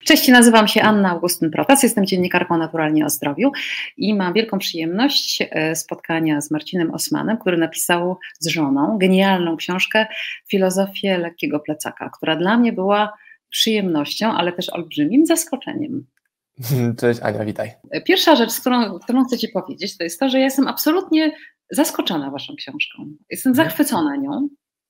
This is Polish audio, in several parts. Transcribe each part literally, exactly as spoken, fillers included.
Cześć, nazywam się Anna Augustyn-Protas, jestem dziennikarką Naturalnie o Zdrowiu i mam wielką przyjemność spotkania z Marcinem Osmanem, który napisał z żoną genialną książkę Filozofię lekkiego plecaka, która dla mnie była przyjemnością, ale też olbrzymim zaskoczeniem. Cześć Ania, witaj. Pierwsza rzecz, którą, którą chcę Ci powiedzieć, to jest to, że ja jestem absolutnie zaskoczona Waszą książką. Jestem zachwycona nią,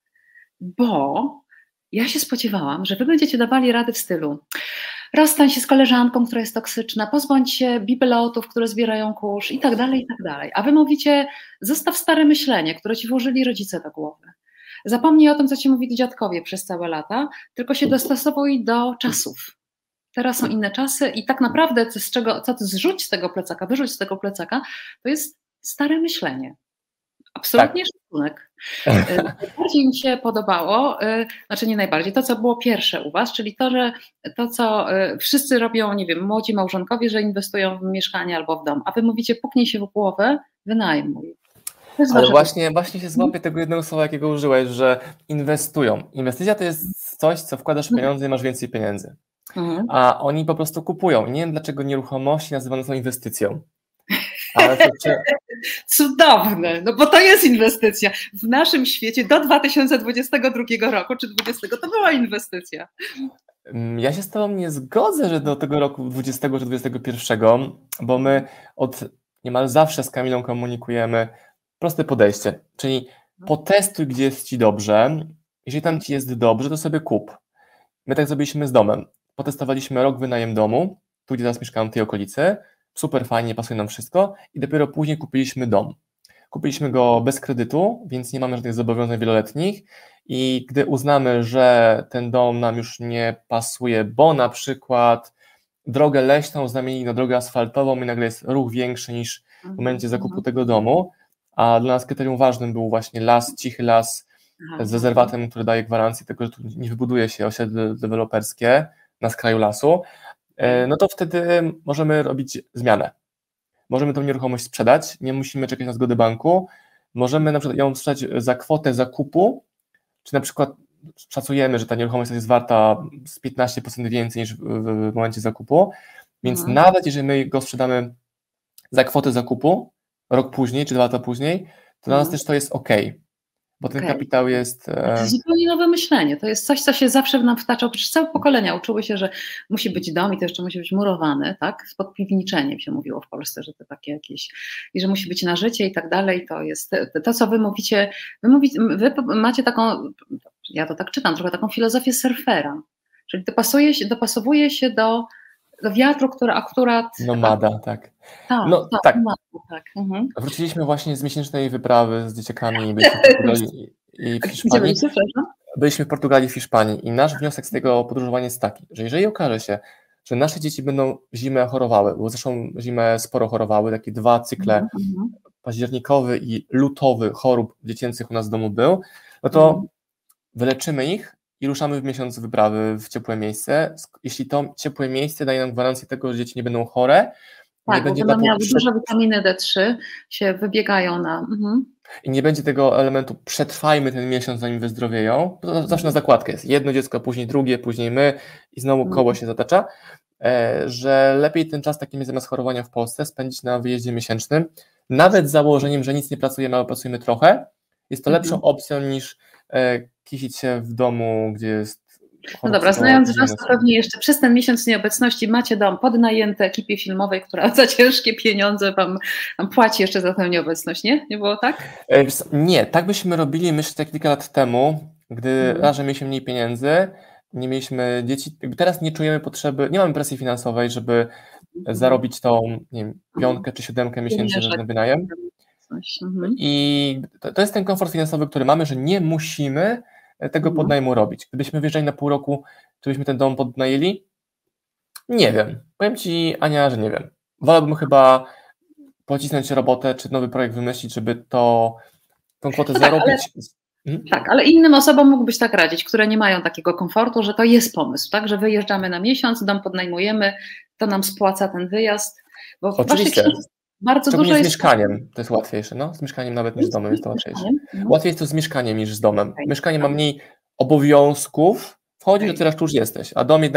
bo ja się spodziewałam, że Wy będziecie dawali rady w stylu: rozstań się z koleżanką, która jest toksyczna, pozbądź się bipelotów, które zbierają kurz i tak dalej, i tak dalej. A Wy mówicie: zostaw stare myślenie, które Ci włożyli rodzice do głowy. Zapomnij o tym, co Ci mówili dziadkowie przez całe lata, tylko się dostosowuj do czasów. Teraz są inne czasy i tak naprawdę co, z czego, co Ty zrzuć z tego plecaka, wyrzuć z tego plecaka, to jest stare myślenie. Absolutnie tak. Szacunek. Najbardziej mi się podobało, znaczy nie najbardziej, to co było pierwsze u Was, czyli to, że to co wszyscy robią, nie wiem, młodzi małżonkowie, że inwestują w mieszkanie albo w dom, a Wy mówicie: puknij się w głowę, wynajmuj. Ale właśnie, właśnie się złapię tego jednego słowa, jakiego użyłeś, że inwestują. Inwestycja to jest coś, co wkładasz pieniądze i masz więcej pieniędzy. Mhm. A oni po prostu kupują. Nie wiem, dlaczego nieruchomości nazywane są inwestycją. Ale to czy... Cudowne, no bo to jest inwestycja. W naszym świecie do dwa tysiące dwudziestego drugiego roku czy dwudziestego to była inwestycja. Ja się z Tobą nie zgodzę, że do tego roku dwudziestego czy dwudziestego pierwszego, bo my od niemal zawsze z Kamilą komunikujemy proste podejście, czyli potestuj, gdzie jest Ci dobrze. Jeżeli tam Ci jest dobrze, to sobie kup. My tak zrobiliśmy z domem. Potestowaliśmy rok wynajem domu, tu gdzie teraz mieszkam, w tej okolicy. Super fajnie, pasuje nam wszystko i dopiero później kupiliśmy dom. Kupiliśmy go bez kredytu, więc nie mamy żadnych zobowiązań wieloletnich i gdy uznamy, że ten dom nam już nie pasuje, bo na przykład drogę leśną zamienili na drogę asfaltową i nagle jest ruch większy niż w momencie zakupu tego domu, a dla nas kryterium ważnym był właśnie las, cichy las z rezerwatem, który daje gwarancję tego, że tu nie wybuduje się osiedle deweloperskie na skraju lasu, no to wtedy możemy robić zmianę. Możemy tą nieruchomość sprzedać, nie musimy czekać na zgodę banku, możemy na przykład ją sprzedać za kwotę zakupu, czy na przykład szacujemy, że ta nieruchomość jest warta z piętnaście procent więcej niż w, w momencie zakupu, więc mhm. nawet jeżeli my go sprzedamy za kwotę zakupu rok później, czy dwa lata później, to dla mhm. nas też to jest ok. Bo ten okay. kapitał jest... To jest zupełnie nowe myślenie. To jest coś, co się zawsze w nam wtacza. Przecież całe pokolenia uczyły się, że musi być dom i to jeszcze musi być murowany, tak? Z podpiwniczeniem się mówiło w Polsce, że to takie jakieś... I że musi być na życie i tak dalej. To jest to, co wy mówicie... Wy, mówicie, wy macie taką... Ja to tak czytam, trochę taką filozofię surfera. Czyli dopasuje się, dopasowuje się do... do wiatru, który akurat... Nomada, tak. Tak, no, tak. tak. Nomada, tak. Mhm. Wróciliśmy właśnie z miesięcznej wyprawy z dzieciakami byliśmy w Portugalii i w Hiszpanii. Byliśmy w Portugalii i w Hiszpanii i nasz wniosek z tego podróżowania jest taki, że jeżeli okaże się, że nasze dzieci będą zimę chorowały, bo zresztą zimę sporo chorowały, takie dwa cykle, mhm. październikowy i lutowy chorób dziecięcych u nas w domu był, no to mhm. wyleczymy ich i ruszamy w miesiąc wyprawy w ciepłe miejsce. Jeśli to ciepłe miejsce daje nam gwarancję tego, że dzieci nie będą chore, tak, nie będzie bo będą miały przed... dużo witaminy D trzy, się wybiegają na... Mhm. I nie będzie tego elementu przetrwajmy ten miesiąc, zanim wyzdrowieją. To zawsze na zakładkę jest. Jedno dziecko, później drugie, później my i znowu koło mhm. się zatacza, że lepiej ten czas takim zamiast chorowania w Polsce spędzić na wyjeździe miesięcznym, nawet z założeniem, że nic nie pracujemy, ale pracujemy trochę. Jest to mhm. lepszą opcją niż kisić się w domu, gdzie jest... No dobra, znając Was, to pewnie jeszcze przez ten miesiąc nieobecności macie dom podnajęty ekipie filmowej, która za ciężkie pieniądze wam, wam płaci jeszcze za tę nieobecność, nie? Nie było tak? Nie, tak byśmy robili, myślę, kilka lat temu, gdy hmm. raz, że mieliśmy mniej pieniędzy, nie mieliśmy dzieci, teraz nie czujemy potrzeby, nie mamy presji finansowej, żeby hmm. zarobić tą, nie wiem, piątkę czy siódemkę miesięcznie na wynajem. Hmm. I to, to jest ten komfort finansowy, który mamy, że nie musimy tego podnajmu robić. Gdybyśmy wyjeżdżali na pół roku, czy byśmy ten dom podnajęli? Nie wiem. Powiem Ci, Ania, że nie wiem. Wolałbym chyba pocisnąć robotę, czy nowy projekt wymyślić, żeby to, tą kwotę no zarobić. Tak ale, hmm? tak, ale innym osobom mógłbyś tak radzić, które nie mają takiego komfortu, że to jest pomysł, tak, że wyjeżdżamy na miesiąc, dom podnajmujemy, to nam spłaca ten wyjazd. Bo oczywiście. Bardzo to dużo z jest... mieszkaniem to jest łatwiejsze, no? Z mieszkaniem nawet niż z domem jest to łatwiejsze. No. Łatwiej jest to z mieszkaniem niż z domem. Okay. Mieszkanie ma mniej obowiązków, wchodzi, okay. że teraz tu już jesteś, a dom jednak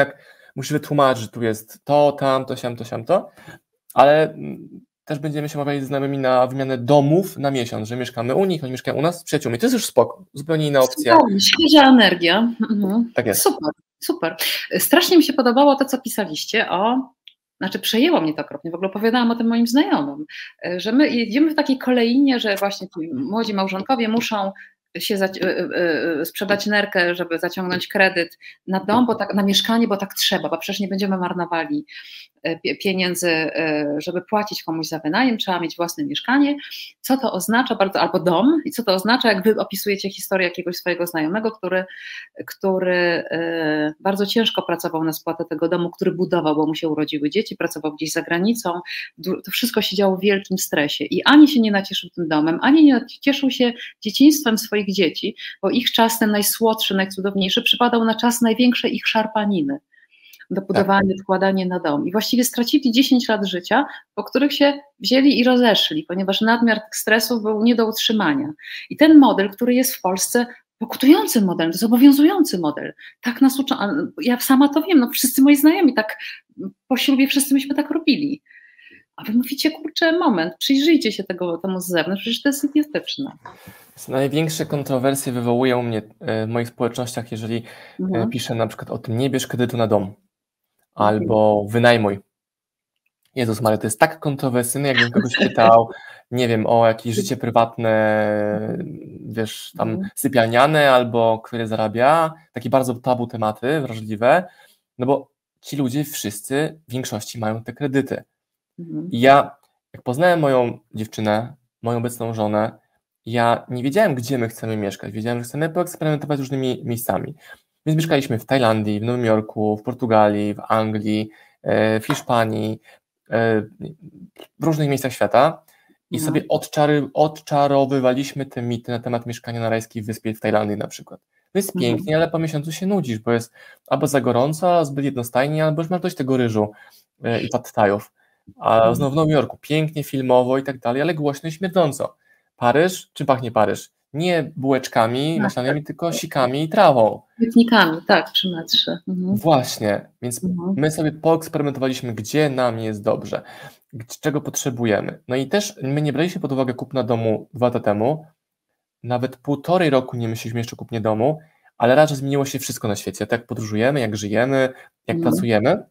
musisz wytłumaczyć, że tu jest to, tam, to, siam, to, siam, to, ale też będziemy się umawiali z znajomymi na wymianę domów na miesiąc, że mieszkamy u nich, oni mieszkają u nas z przyjaciółmi. To jest już spoko, zupełnie inna opcja. Super, świeża energia. Mhm. Tak jest. Super, super. Strasznie mi się podobało to, co pisaliście o, znaczy przejęło mnie to okropnie, w ogóle opowiadałam o tym moim znajomym, że my jedziemy w takiej kolejnie, że właśnie ci młodzi małżonkowie muszą się za, sprzedać nerkę, żeby zaciągnąć kredyt na dom, bo tak, na mieszkanie, bo tak trzeba, bo przecież nie będziemy marnowali pieniędzy, żeby płacić komuś za wynajem, trzeba mieć własne mieszkanie. Co to oznacza, bardzo, albo dom, i co to oznacza, jak wy opisujecie historię jakiegoś swojego znajomego, który, który bardzo ciężko pracował na spłatę tego domu, który budował, bo mu się urodziły dzieci, pracował gdzieś za granicą, to wszystko się działo w wielkim stresie i ani się nie nacieszył tym domem, ani nie cieszył się dzieciństwem swoich dzieci, bo ich czas, ten najsłodszy, najcudowniejszy, przypadał na czas największej ich szarpaniny. Dobudowanie, tak. Wkładanie na dom. I właściwie stracili dziesięć lat życia, po których się wzięli i rozeszli, ponieważ nadmiar tych stresów był nie do utrzymania. I ten model, który jest w Polsce pokutujący model, to jest obowiązujący model. Tak nas uczą, ja sama to wiem, no wszyscy moi znajomi tak, po ślubie wszyscy myśmy tak robili. A wy mówicie, kurczę, moment, przyjrzyjcie się tego, temu z zewnątrz, przecież to jest idiotyczne. Największe kontrowersje wywołują mnie w moich społecznościach, jeżeli mhm. piszę na przykład o tym, nie bierz kredytu na dom. Albo wynajmuj. Jezus Maria, to jest tak kontrowersyjne, jakbym kogoś pytał, nie wiem, o jakieś życie prywatne, wiesz, tam sypialniane, albo które zarabia, takie bardzo tabu tematy, wrażliwe, no bo ci ludzie wszyscy w większości mają te kredyty. I ja, jak poznałem moją dziewczynę, moją obecną żonę, ja nie wiedziałem, gdzie my chcemy mieszkać, wiedziałem, że chcemy poeksperymentować z różnymi miejscami. Więc mieszkaliśmy w Tajlandii, w Nowym Jorku, w Portugalii, w Anglii, w Hiszpanii, w różnych miejscach świata i mhm. sobie odczary, odczarowywaliśmy te mity na temat mieszkania na rajskiej wyspie w Tajlandii na przykład. To jest mhm. pięknie, ale po miesiącu się nudzisz, bo jest albo za gorąco, zbyt jednostajnie, albo już masz dość tego ryżu i pad thajów. A znowu w Nowym Jorku pięknie, filmowo i tak dalej, ale głośno i śmierdząco. Paryż, czym pachnie Paryż? Nie bułeczkami tak, maślanymi, tak. tylko sikami i trawą. Kwietnikami, tak, przy metrze. Mhm. Właśnie, więc mhm. my sobie poeksperymentowaliśmy, gdzie nam jest dobrze, czego potrzebujemy. No i też my nie braliśmy pod uwagę kupna domu dwa lata temu, nawet półtorej roku nie myśleliśmy jeszcze o kupnie domu, ale raczej zmieniło się wszystko na świecie, tak jak podróżujemy, jak żyjemy, jak mhm. pracujemy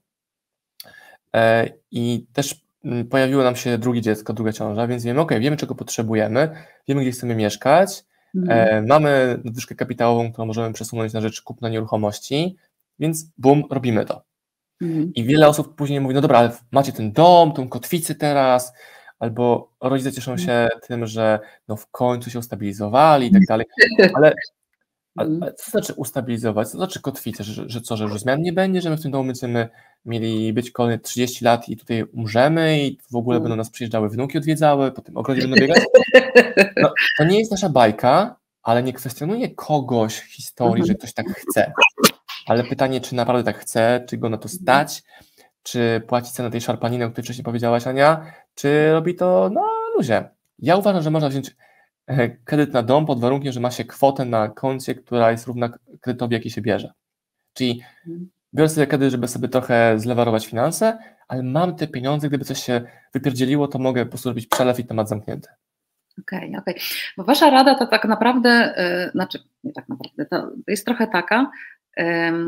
e, i też pojawiło nam się drugie dziecko, druga ciąża, więc wiemy, ok, wiemy czego potrzebujemy, wiemy gdzie chcemy mieszkać, mhm. e, mamy nadwyżkę kapitałową, którą możemy przesunąć na rzecz kupna nieruchomości, więc bum, robimy to. Mhm. I wiele osób później mówi, no dobra, ale macie ten dom, tą kotwicę teraz, albo rodzice cieszą się mhm. tym, że no w końcu się ustabilizowali i tak dalej, ale, ale, ale co znaczy ustabilizować, co znaczy kotwicę, że, że co, że już zmian nie będzie, że my w tym domu będziemy mieli być kolejne trzydzieści lat i tutaj umrzemy i w ogóle będą nas przyjeżdżały wnuki odwiedzały, po tym ogrodzie będą biegać. No, to nie jest nasza bajka, ale nie kwestionuje kogoś historii, że ktoś tak chce. Ale pytanie, czy naprawdę tak chce, czy go na to stać, czy płaci cenę tej szarpaniny, o której wcześniej powiedziałaś, Ania, czy robi to na luzie. Ja uważam, że można wziąć kredyt na dom pod warunkiem, że ma się kwotę na koncie, która jest równa kredytowi, jaki się bierze. Czyli biorę sobie kredyt, żeby sobie trochę zlewarować finanse, ale mam te pieniądze, gdyby coś się wypierdzieliło, to mogę po prostu robić przelew i temat zamknięty. Okej, okay, okej. Okay. Bo wasza rada to tak naprawdę, yy, znaczy nie tak naprawdę, to jest trochę taka, yy,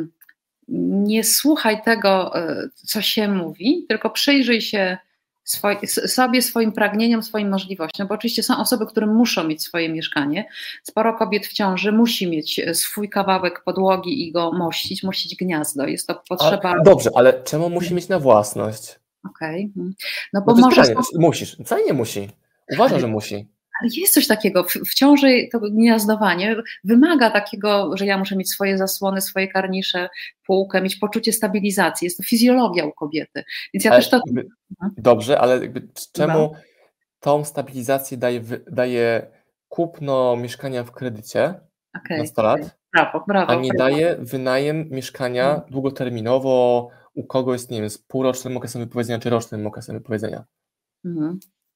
nie słuchaj tego, yy, co się mówi, tylko przyjrzyj się swoj, sobie, swoim pragnieniom, swoim możliwościom, bo oczywiście są osoby, które muszą mieć swoje mieszkanie. Sporo kobiet w ciąży musi mieć swój kawałek podłogi i go mościć, mościć gniazdo. Jest to potrzeba... Ale, dobrze, ale czemu musi mieć na własność? Okej. Okay. No bo no może... Pytanie, musisz, wcale nie musi. Uważam, ale... że musi. Ale jest coś takiego, w, w ciąży to gniazdowanie wymaga takiego, że ja muszę mieć swoje zasłony, swoje karnisze, półkę, mieć poczucie stabilizacji. Jest to fizjologia u kobiety. Więc ja ale też to... Jakby, dobrze, ale jakby czemu no. tą stabilizację daje, daje kupno mieszkania w kredycie okay, na sto lat, okay. brawo, brawo, a nie brawo. daje wynajem mieszkania hmm. długoterminowo u kogoś, nie wiem, z półrocznym okresem wypowiedzenia czy rocznym okresem wypowiedzenia? Mhm.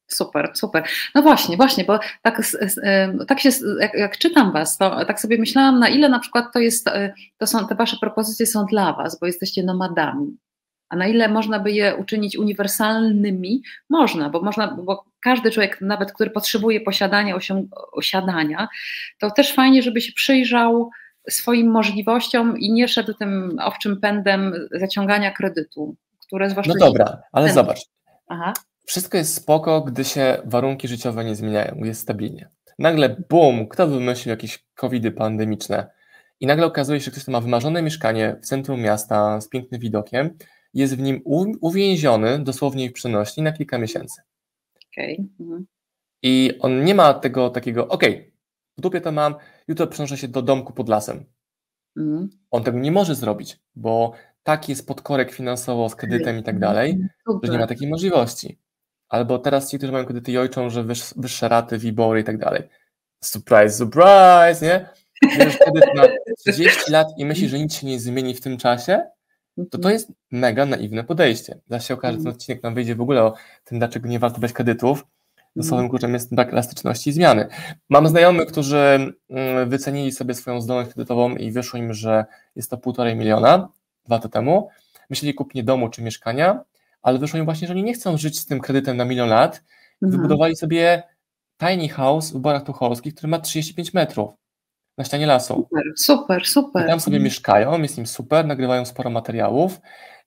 Super, super. No właśnie, właśnie, bo tak, tak się, jak, jak czytam was, to tak sobie myślałam, na ile na przykład to jest, to są, te wasze propozycje są dla was, bo jesteście nomadami, a na ile można by je uczynić uniwersalnymi? Można, bo można, bo każdy człowiek, nawet który potrzebuje posiadania, osią- osiadania, to też fajnie, żeby się przyjrzał swoim możliwościom i nie szedł tym owczym pędem zaciągania kredytu, które zwłaszcza... No dobra, ale ten... zobacz. Aha. Wszystko jest spoko, gdy się warunki życiowe nie zmieniają, jest stabilnie. Nagle bum, kto wymyślił jakieś covidy pandemiczne i nagle okazuje się, że ktoś, kto ma wymarzone mieszkanie w centrum miasta z pięknym widokiem, jest w nim u- uwięziony, dosłownie w przenośni, na kilka miesięcy. Okay. Mhm. I on nie ma tego takiego, okej, okay, w dupie to mam, jutro przenoszę się do domku pod lasem. Mhm. On tego nie może zrobić, bo taki jest podkorek finansowo z kredytem i tak dalej, że nie ma takiej możliwości. Albo teraz ci, którzy mają kredyty i ojczą, że wyż, wyższe raty, wibory i tak dalej. Surprise, surprise, nie? Bierzesz kredyt na trzydzieści lat i myślisz, że nic się nie zmieni w tym czasie, to to jest mega naiwne podejście. Zaś się okaże, że ten odcinek nam wyjdzie w ogóle o tym, dlaczego nie warto brać kredytów. Dosłownym kluczem jest brak elastyczności i zmiany. Mam znajomych, którzy wycenili sobie swoją zdolność kredytową i wyszło im, że jest to półtorej miliona dwa lata temu. Myśleli kupnie domu czy mieszkania, ale wyszło im właśnie, że oni nie chcą żyć z tym kredytem na milion lat. Mhm. Wybudowali sobie tiny house w Borach Tucholskich, który ma trzydzieści pięć metrów na ścianie lasu. Super, super, super. I tam sobie mhm. mieszkają, jest im super, nagrywają sporo materiałów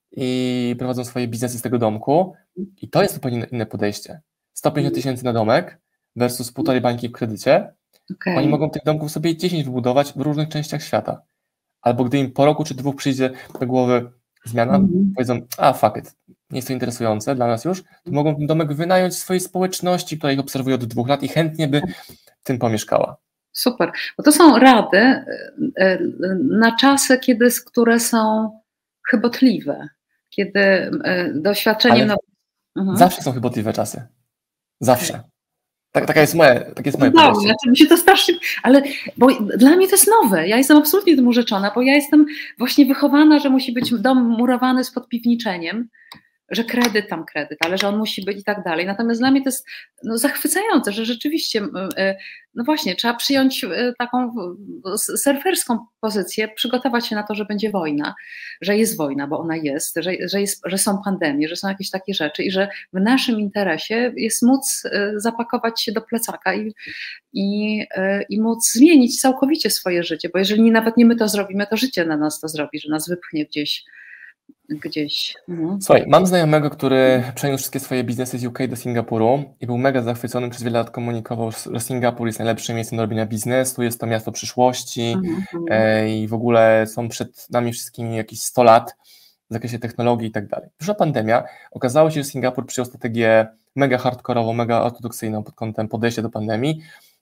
i prowadzą swoje biznesy z tego domku. I to jest zupełnie inne podejście. sto pięćdziesiąt tysięcy na domek versus półtorej bańki w kredycie. Okay. Oni mogą tych domków sobie dziesięć wybudować w różnych częściach świata. Albo gdy im po roku czy dwóch przyjdzie do głowy zmiana, mm-hmm. powiedzą, a fuck it, nie jest to interesujące dla nas już, to mogą ten domek wynająć swojej społeczności, która ich obserwuje od dwóch lat i chętnie by w tym pomieszkała. Super, bo to są rady na czasy, kiedy, które są chybotliwe, kiedy doświadczeniem... Ale mhm. zawsze są chybotliwe czasy. Zawsze. Okay. Tak, taka jest moje, takie jest moje no, podejście. Znaczy mi się to strasznie, ale bo dla mnie to jest nowe. Ja jestem absolutnie tym urzeczona, bo ja jestem właśnie wychowana, że musi być dom murowany z podpiwniczeniem, że kredyt tam kredyt, ale że on musi być i tak dalej. Natomiast dla mnie to jest no, zachwycające, że rzeczywiście, no właśnie, trzeba przyjąć taką surferską pozycję, przygotować się na to, że będzie wojna, że jest wojna, bo ona jest, że, że, jest, że są pandemie, że są jakieś takie rzeczy i że w naszym interesie jest móc zapakować się do plecaka i, i, i móc zmienić całkowicie swoje życie, bo jeżeli nawet nie my to zrobimy, to życie na nas to zrobi, że nas wypchnie gdzieś gdzieś. Mhm. Słuchaj, mam znajomego, który przeniósł wszystkie swoje biznesy z U K do Singapuru i był mega zachwycony, przez wiele lat komunikował, że Singapur jest najlepszym miejscem do robienia biznesu, jest to miasto przyszłości mhm. e, i w ogóle są przed nami wszystkimi jakieś sto lat w zakresie technologii i tak dalej. Przyszła pandemia, okazało się, że Singapur przyjął strategię mega hardkorową, mega ortodoksyjną pod kątem podejścia do pandemii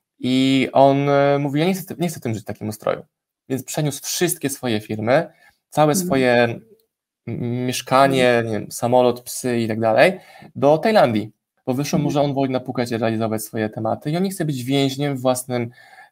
i on e, mówi, ja nie chcę, nie chcę w tym żyć w takim ustroju, więc przeniósł wszystkie swoje firmy, całe mhm. swoje mieszkanie, nie wiem, samolot, psy i tak dalej, do Tajlandii, bo wyszło mu, że on woli napukać i realizować swoje tematy i on nie chce być więźniem własnym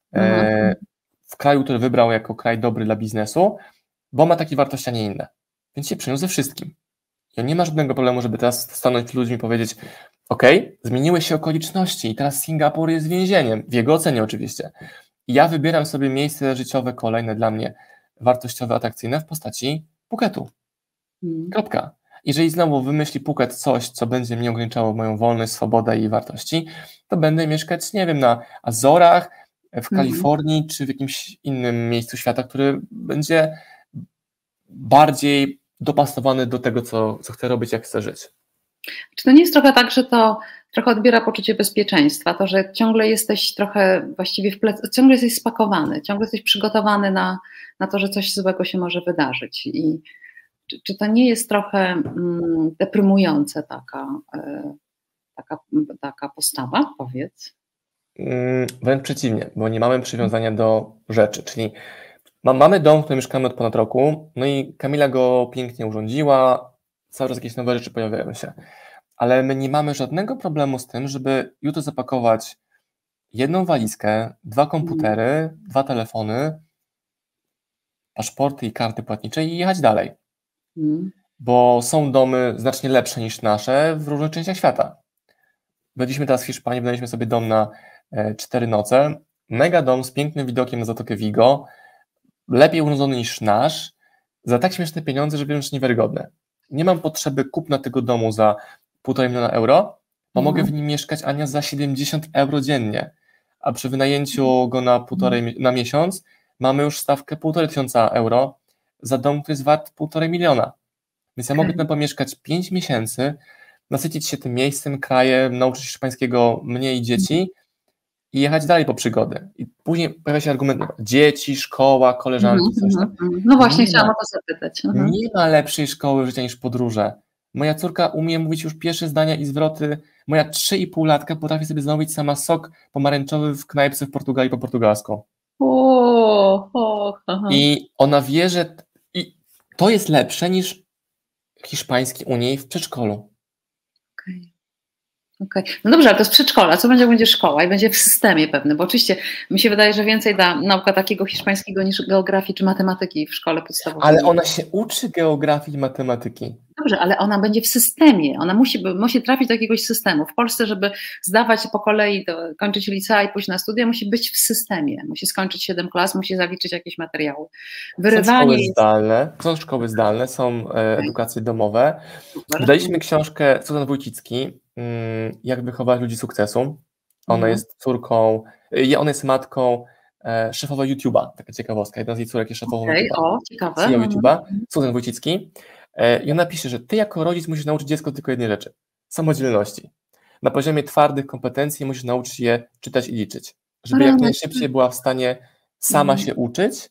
e, w kraju, który wybrał jako kraj dobry dla biznesu, bo ma takie wartości, a nie inne. Więc się przyniósł ze wszystkim. I on nie ma żadnego problemu, żeby teraz stanąć przed ludźmi i powiedzieć, ok, zmieniły się okoliczności i teraz Singapur jest więzieniem, w jego ocenie oczywiście. I ja wybieram sobie miejsce życiowe kolejne dla mnie wartościowe, atrakcyjne w postaci Phuketu. Kropka. Jeżeli znowu wymyśli Phuket coś, co będzie mnie ograniczało moją wolność, swobodę i wartości, to będę mieszkać, nie wiem, na Azorach, w Kalifornii mm. czy w jakimś innym miejscu świata, który będzie bardziej dopasowany do tego, co, co chcę robić, jak chcę żyć. Czy to nie jest trochę tak, że to trochę odbiera poczucie bezpieczeństwa, to, że ciągle jesteś trochę właściwie w plec- ciągle jesteś spakowany, ciągle jesteś przygotowany na, na to, że coś złego się może wydarzyć i Czy, czy to nie jest trochę mm, deprymujące taka, y, taka, taka postawa, powiedz? Mm, wręcz przeciwnie, bo nie mamy przywiązania do rzeczy, czyli ma, mamy dom, w którym mieszkamy od ponad roku, no i Kamila go pięknie urządziła, cały czas jakieś nowe rzeczy pojawiają się, ale my nie mamy żadnego problemu z tym, żeby jutro zapakować jedną walizkę, dwa komputery, mm. dwa telefony, paszporty i karty płatnicze i jechać dalej. Hmm. Bo są domy znacznie lepsze niż nasze w różnych częściach świata. byliśmy teraz w Hiszpanii, wynajęliśmy sobie dom na e, cztery noce, mega dom z pięknym widokiem na Zatokę Vigo, lepiej urządzony niż nasz, za tak śmieszne pieniądze, że wręcz niewiarygodne. Nie mam potrzeby kupna tego domu za półtora miliona euro, bo mhm. mogę w nim mieszkać, Ania, za siedemdziesiąt euro dziennie, a przy wynajęciu go na półtorej, na miesiąc mamy już stawkę półtorej tysiąca euro za dom, który jest wart półtorej miliona. Więc ja okay. mogę tam pomieszkać pięć miesięcy, nasycić się tym miejscem, krajem, nauczyć hiszpańskiego mnie i dzieci i jechać dalej po przygody. I później pojawia się argument, dzieci, szkoła, koleżanki, mm-hmm, coś tam. No właśnie, nie chciałam ma, o to zapytać. Mm-hmm. Nie ma lepszej szkoły życia niż podróże. Moja córka umie mówić już pierwsze zdania i zwroty. Moja trzy i pół latka potrafi sobie zamówić sama sok pomarańczowy w knajpce w Portugalii po portugalsku. O, o, aha. I ona wie, że i to jest lepsze niż hiszpański u niej w przedszkolu. Okej. Okay. Okay. No dobrze, ale to z przedszkola. Co będzie, jak będzie szkoła i będzie w systemie pewnym? Bo oczywiście mi się wydaje, że więcej da nauka takiego hiszpańskiego niż geografii czy matematyki w szkole podstawowej. Ale ona się uczy geografii i matematyki. Dobrze, ale ona będzie w systemie. Ona musi, musi trafić do jakiegoś systemu. W Polsce, żeby zdawać po kolei, do, kończyć licea i pójść na studia, musi być w systemie. Musi skończyć siedem klas, musi zaliczyć jakieś materiały. Wyrywanie są szkoły jest... zdalne, są szkoły zdalne, są e, edukacje domowe. Super. Wydaliśmy książkę Suzan Wójcicki, Jak wychować ludzi sukcesu. Ona mhm. jest córką, ona jest matką e, szefowa YouTube'a, taka ciekawostka. Jedna z jej córek jest szefową okay, YouTube'a. O, ciekawe. C E O YouTube'a, Suzan Wójcicki. E, I ona pisze, że ty jako rodzic musisz nauczyć dziecko tylko jednej rzeczy. Samodzielności. Na poziomie twardych kompetencji musisz nauczyć je czytać i liczyć. Żeby jak najszybciej była w stanie sama mhm. się uczyć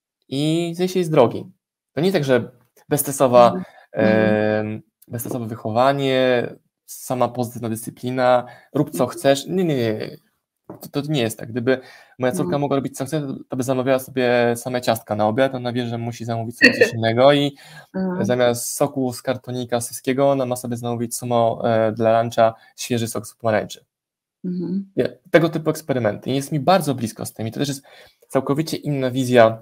i zejść jej z drogi. To nie tak, że bezstresowa, mhm. e, bezstresowe wychowanie, sama pozytywna dyscyplina, rób co chcesz. Nie, nie, nie. To, to nie jest tak. Gdyby moja córka no. mogła robić co chce, to by zamawiała sobie same ciastka na obiad, ona wie, że musi zamówić sobie coś innego i no. zamiast soku z kartonika syskiego, ona ma sobie zamówić samo e, dla luncha świeży sok z pomarańczy. Mhm. Nie, tego typu eksperymenty. I jest mi bardzo blisko z tym. I to też jest całkowicie inna wizja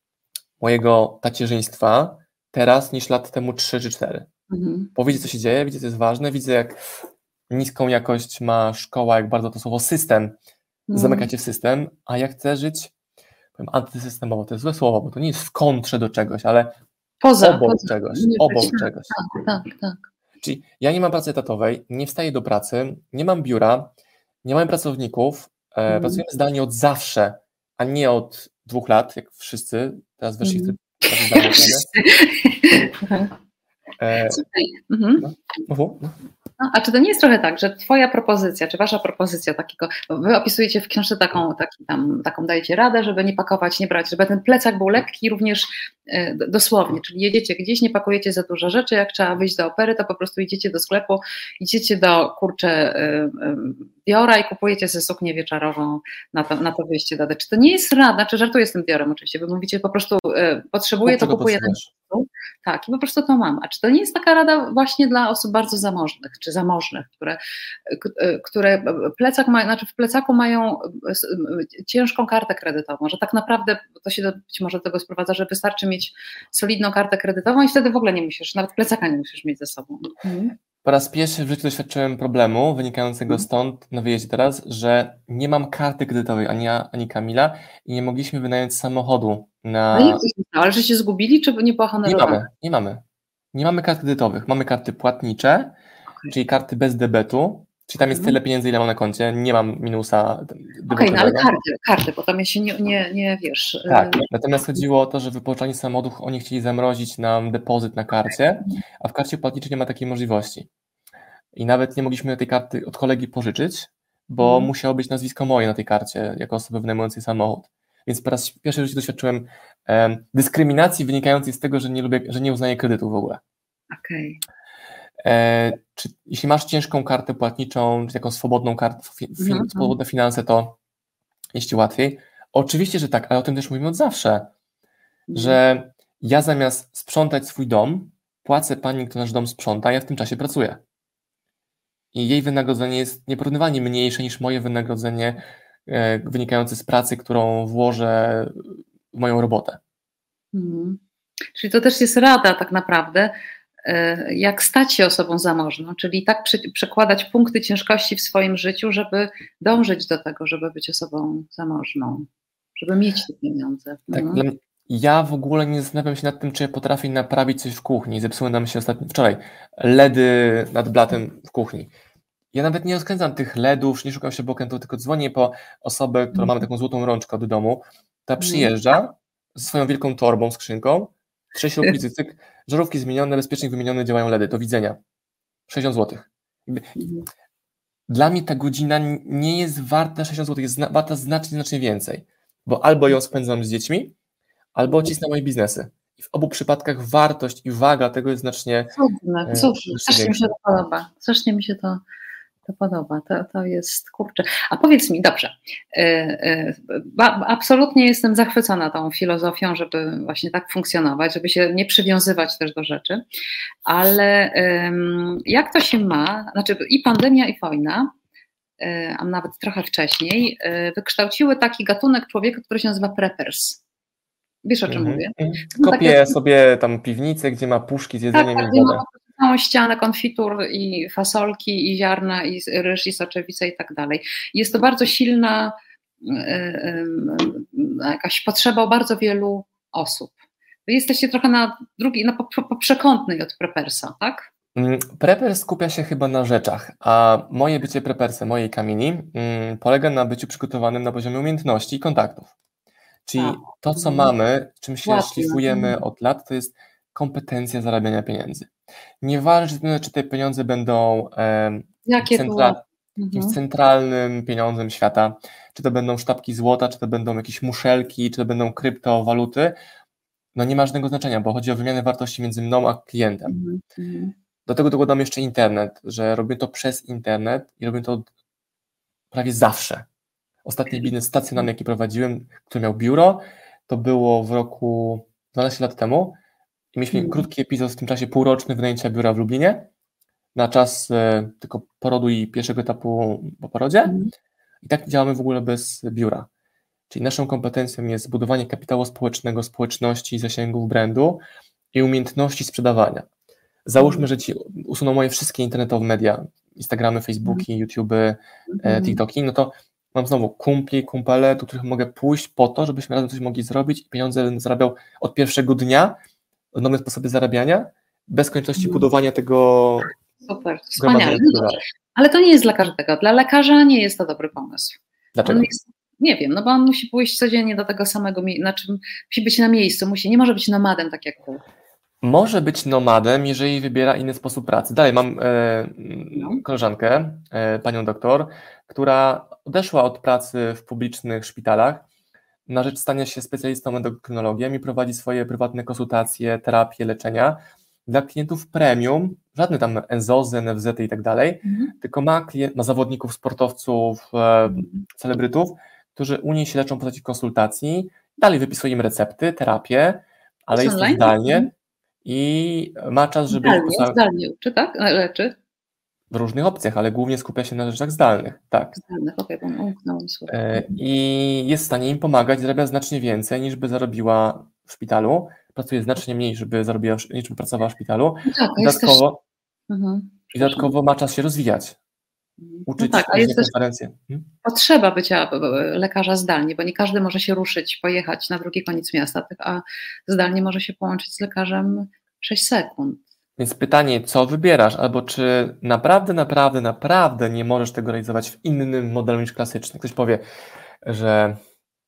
mojego tacierzyństwa teraz niż lat temu trzy czy cztery. Mhm. Bo widzę, co się dzieje, widzę, co jest ważne, widzę, jak niską jakość ma szkoła, jak bardzo to słowo system mhm. zamyka cię w system, a ja chcę żyć, powiem antysystemowo, to jest złe słowo, bo to nie jest w kontrze do czegoś, ale poza, obok poza, czegoś, nie, obok tak, czegoś. Tak, tak, tak. Czyli ja nie mam pracy etatowej, nie wstaję do pracy, nie mam biura, nie mam pracowników, mhm. pracujemy zdalnie od zawsze, a nie od dwóch lat, jak wszyscy, teraz weszli mhm. w tryb zdalnie. E, mhm. no, no, no. No, a czy to nie jest trochę tak, że twoja propozycja, czy wasza propozycja takiego, wy opisujecie w książce taką, taki tam, taką dajecie radę, żeby nie pakować, nie brać, żeby ten plecak był lekki również e, dosłownie, czyli jedziecie gdzieś, nie pakujecie za dużo rzeczy, jak trzeba wyjść do opery, to po prostu idziecie do sklepu, idziecie do, kurczę, Diora i kupujecie sobie suknię wieczorową na to, na to wyjście do. Czy to nie jest rada, znaczy żartuję z tym Diorem oczywiście, wy mówicie po prostu e, potrzebuję, to kupuję. Tak, i po prostu to mam. A czy to nie jest taka rada właśnie dla osób bardzo zamożnych, czy zamożnych, które, które plecak ma, znaczy w plecaku mają ciężką kartę kredytową, że tak naprawdę to się do, być może do tego sprowadza, że wystarczy mieć solidną kartę kredytową i wtedy w ogóle nie musisz, nawet plecaka nie musisz mieć ze sobą. Mhm. Po raz pierwszy w życiu doświadczyłem problemu wynikającego mhm. stąd na wyjeździe teraz, że nie mam karty kredytowej ani ja, ani Kamila i nie mogliśmy wynająć samochodu. Na... No jak to się stało? Ale że się zgubili, czy nie była honorowana? Nie mamy, nie mamy. Nie mamy kart kredytowych. Mamy karty płatnicze, okay. czyli karty bez debetu, czyli tam jest mhm. tyle pieniędzy, ile mam na koncie, nie mam minusa. Okej, okay, no ale karty, karty, bo tam się nie, nie, nie wiesz. Tak, natomiast chodziło o to, że wypożyczanie samochodów, oni chcieli zamrozić nam depozyt na karcie, a w karcie płatniczej nie ma takiej możliwości. I nawet nie mogliśmy tej karty od kolegi pożyczyć, bo hmm. musiało być nazwisko moje na tej karcie, jako osoby wynajmującej samochód. Więc po raz pierwszy w życiu doświadczyłem um, dyskryminacji wynikającej z tego, że nie lubię, że nie uznaję kredytu w ogóle. Okej. Okay. E, czy jeśli masz ciężką kartę płatniczą, czy taką swobodną kartę, fi, fi, hmm. swobodne finanse, to jest ci łatwiej? Oczywiście, że tak, ale o tym też mówimy od zawsze, hmm. że ja zamiast sprzątać swój dom, płacę pani, kto nasz dom sprząta, ja w tym czasie pracuję. I jej wynagrodzenie jest nieporównywalnie mniejsze niż moje wynagrodzenie e, wynikające z pracy, którą włożę w moją robotę. Hmm. Czyli to też jest rada tak naprawdę, jak stać się osobą zamożną, czyli tak przekładać punkty ciężkości w swoim życiu, żeby dążyć do tego, żeby być osobą zamożną, żeby mieć te pieniądze. Tak, Mhm. Ja w ogóle nie zastanawiam się nad tym, czy ja potrafię naprawić coś w kuchni. Zepsuły nam się ostatnio, wczoraj ledy nad blatem w kuchni. Ja nawet nie rozkręcam tych ledów, nie szukam się bokiem, tylko dzwonię po osobę, która ma taką złotą rączkę od domu. Ta przyjeżdża ze swoją wielką torbą, skrzynką, sześć rubli, cyk, żarówki zmienione, bezpiecznie wymienione, działają ledy, do widzenia. sześćdziesiąt złotych. Dla mnie ta godzina nie jest warta sześćdziesiąt złotych, jest warta znacznie, znacznie więcej, bo albo ją spędzam z dziećmi, albo cisnę moje biznesy. I w obu przypadkach wartość i waga tego jest znacznie cudne, cudne. Strasznie mi się to podoba. Strasznie mi się to, to podoba. To, to jest, kurczę. A powiedz mi, dobrze, yy, yy, absolutnie jestem zachwycona tą filozofią, żeby właśnie tak funkcjonować, żeby się nie przywiązywać też do rzeczy, ale yy, jak to się ma, znaczy i pandemia, i wojna, yy, a nawet trochę wcześniej, yy, wykształciły taki gatunek człowieka, który się nazywa preppers. Wiesz, o czym mm-hmm. mówię? Kopię takie... sobie tam piwnicę, gdzie ma puszki z jedzeniem tak, i wodę. Całą ścianę konfitur i fasolki, i ziarna, i ryż, i soczewice i tak dalej. Jest to bardzo silna yy, yy, jakaś potrzeba u bardzo wielu osób. Wy jesteście trochę na drugiej, na po, po przekątnej od preppersa, tak? Preppers skupia się chyba na rzeczach, a moje bycie preppersem, mojej Kamili, yy, polega na byciu przygotowanym na poziomie umiejętności i kontaktów. Czyli a, to, co mm. mamy, czym się Łatwiej. szlifujemy od lat, to jest kompetencja zarabiania pieniędzy. Nieważne, czy te pieniądze będą e, centra- jakimś centralnym pieniądzem świata, czy to będą sztabki złota, czy to będą jakieś muszelki, czy to będą kryptowaluty, no nie ma żadnego znaczenia, bo chodzi o wymianę wartości między mną a klientem. Mm-hmm. Do tego dokładam jeszcze internet, że robię to przez internet i robię to prawie zawsze. Ostatni biznes stacjonarny, jaki prowadziłem, który miał biuro, to było w roku dwanaście lat temu i mieliśmy mm. krótki epizod w tym czasie półroczny wynajęcia biura w Lublinie na czas e, tylko porodu i pierwszego etapu po porodzie mm. i tak działamy w ogóle bez biura. Czyli naszą kompetencją jest budowanie kapitału społecznego, społeczności, zasięgów brandu i umiejętności sprzedawania. Załóżmy, mm. że ci usuną moje wszystkie internetowe media, Instagramy, Facebooki, mm. YouTube'y, e, TikToki, no to mam znowu kumpli, kumpele, do których mogę pójść po to, żebyśmy razem coś mogli zrobić i pieniądze będę zarabiał od pierwszego dnia, nowe sposoby zarabiania, bez konieczności mm. budowania tego. Super, wspaniale. Ale to nie jest dla każdego. Dla lekarza nie jest to dobry pomysł. Dlaczego? Jest, nie wiem, no bo on musi pójść codziennie do tego samego, znaczy musi być na miejscu, musi, nie może być nomadem tak jak ty. Może być nomadem, jeżeli wybiera inny sposób pracy. Dalej mam e, no. koleżankę, e, panią doktor, która odeszła od pracy w publicznych szpitalach na rzecz stania się specjalistą endokrynologiem i prowadzi swoje prywatne konsultacje, terapie, leczenia dla klientów premium, żadne tam enzozy, N F Z-y i tak dalej, mhm. tylko ma, klient, ma zawodników, sportowców, e, celebrytów, którzy u niej się leczą w postaci konsultacji, dalej wypisuje im recepty, terapię, ale jest to zdalnie i ma czas, żeby... Zdalnie, posłuchać... zdalnie uczy, tak? Leczy? W różnych opcjach, ale głównie skupia się na rzeczach zdalnych, tak. Zdalnych, okej, okay, umknąłem słowo. I jest w stanie im pomagać, zarabia znacznie więcej niż by zarobiła w szpitalu, pracuje znacznie mniej, żeby zarobiła, niż by pracowała w szpitalu. No tak, I dodatkowo, też... mhm. i dodatkowo ma czas się rozwijać, uczyć no tak, a jest konferencje. Hmm? Potrzeba bycia lekarza zdalnie, bo nie każdy może się ruszyć, pojechać na drugi koniec miasta, a zdalnie może się połączyć z lekarzem sześć sekund. Więc pytanie, co wybierasz, albo czy naprawdę, naprawdę, naprawdę nie możesz tego realizować w innym modelu niż klasyczny. Ktoś powie, że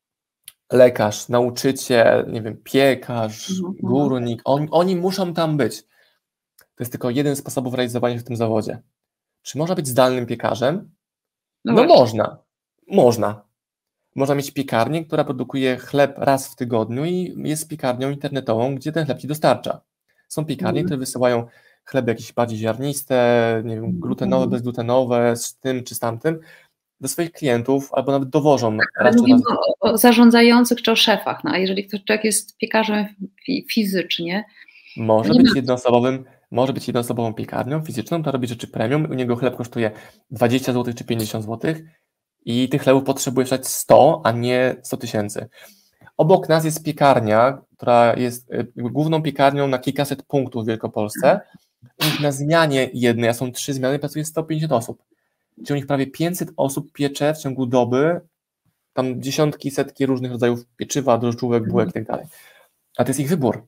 lekarz, nauczyciel, nie wiem, piekarz, mhm. górnik, on, oni muszą tam być. To jest tylko jeden z sposobów realizowania się w tym zawodzie. Czy można być zdalnym piekarzem? No, no można, można. Można mieć piekarnię, która produkuje chleb raz w tygodniu i jest piekarnią internetową, gdzie ten chleb ci dostarcza. Są piekarnie, mm. które wysyłają chleby jakieś bardziej ziarniste, nie wiem, glutenowe, mm. bezglutenowe, z tym czy z tamtym, do swoich klientów, albo nawet dowożą. Ale mówimy o, o zarządzających czy o szefach, no a jeżeli ktoś człowiek jest piekarzem fizycznie... Może być jednoosobowym, może być jednoosobową piekarnią fizyczną, to robi rzeczy premium, u niego chleb kosztuje dwadzieścia złotych czy pięćdziesiąt złotych i tych chlebów potrzebuje wstać sto, a nie sto tysięcy. Obok nas jest piekarnia, która jest główną piekarnią na kilkaset punktów w Wielkopolsce u nich na zmianie jednej, a są trzy zmiany, pracuje sto pięćdziesiąt osób. Czyli u nich prawie pięćset osób piecze w ciągu doby, tam dziesiątki, setki różnych rodzajów pieczywa, drożdżówek, bułek i tak dalej. A to jest ich wybór.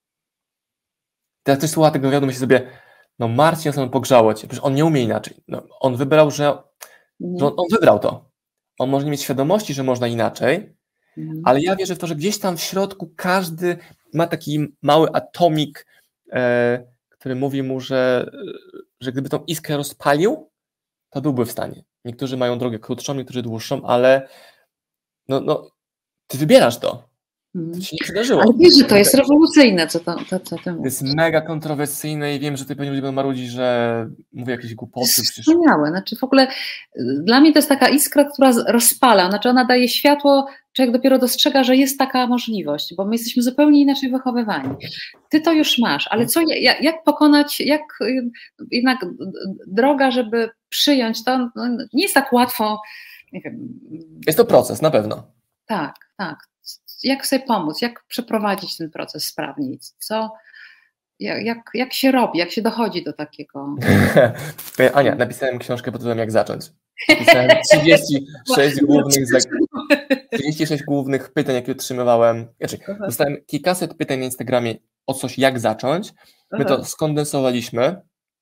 Teraz ktoś słucha tego wywiadu, myśli sobie, no Marcin, on pogrzało cię, przecież on nie umie inaczej. No, on wybrał, że, że on, on wybrał to. On może nie mieć świadomości, że można inaczej, mhm. ale ja wierzę w to, że gdzieś tam w środku każdy ma taki mały atomik, e, który mówi mu, że, że gdyby tą iskrę rozpalił, to byłby w stanie. Niektórzy mają drogę krótszą, niektórzy dłuższą, ale no, no, ty wybierasz to. To się nie przydarzyło. Ale wiesz, że to jest rewolucyjne, co to, to, co to To jest mega kontrowersyjne i wiem, że ty pewnie ludzie będą marudzić, że mówię jakieś głupoty. To jest wspaniałe. Znaczy w ogóle dla mnie to jest taka iskra, która rozpala, znaczy ona daje światło, człowiek dopiero dostrzega, że jest taka możliwość, bo my jesteśmy zupełnie inaczej wychowywani. Ty to już masz, ale co, jak, jak pokonać, jak jednak droga, żeby przyjąć to, no, nie jest tak łatwo, nie wiem. Jest to proces, na pewno. Tak, tak. Jak sobie pomóc, jak przeprowadzić ten proces sprawniej, co, jak, jak się robi, jak się dochodzi do takiego... Ania, napisałem książkę pod tytułem Jak zacząć. Napisałem trzydzieści sześć głównych, trzydzieści sześć głównych pytań, jakie otrzymywałem. Znaczy, dostałem kilkaset pytań na Instagramie o coś, jak zacząć. My to skondensowaliśmy